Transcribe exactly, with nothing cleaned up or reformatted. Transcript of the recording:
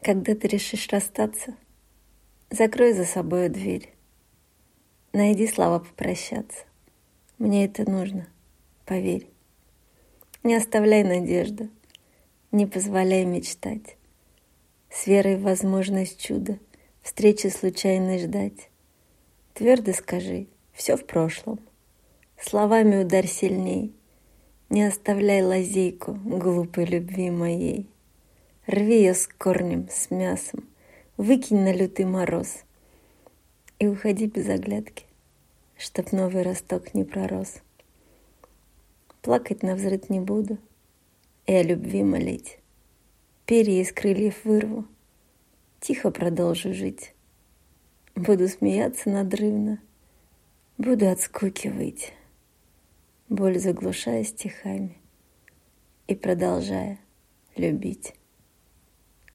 Когда ты решишь расстаться, закрой за собой дверь. Найди слова попрощаться. Мне это нужно, поверь. Не оставляй надежды, не позволяй мечтать. С верой в возможность чуда, встречи случайной ждать. Твердо скажи, все в прошлом. Словами ударь сильней. Не оставляй лазейку глупой любви моей. Рви ее с корнем, с мясом, выкинь на лютый мороз и уходи без оглядки, чтоб новый росток не пророс. Плакать навзрыд не буду и о любви молить. Перья из крыльев вырву, тихо продолжу жить. Буду смеяться надрывно, буду от скуки выть, боль заглушая стихами и продолжая любить.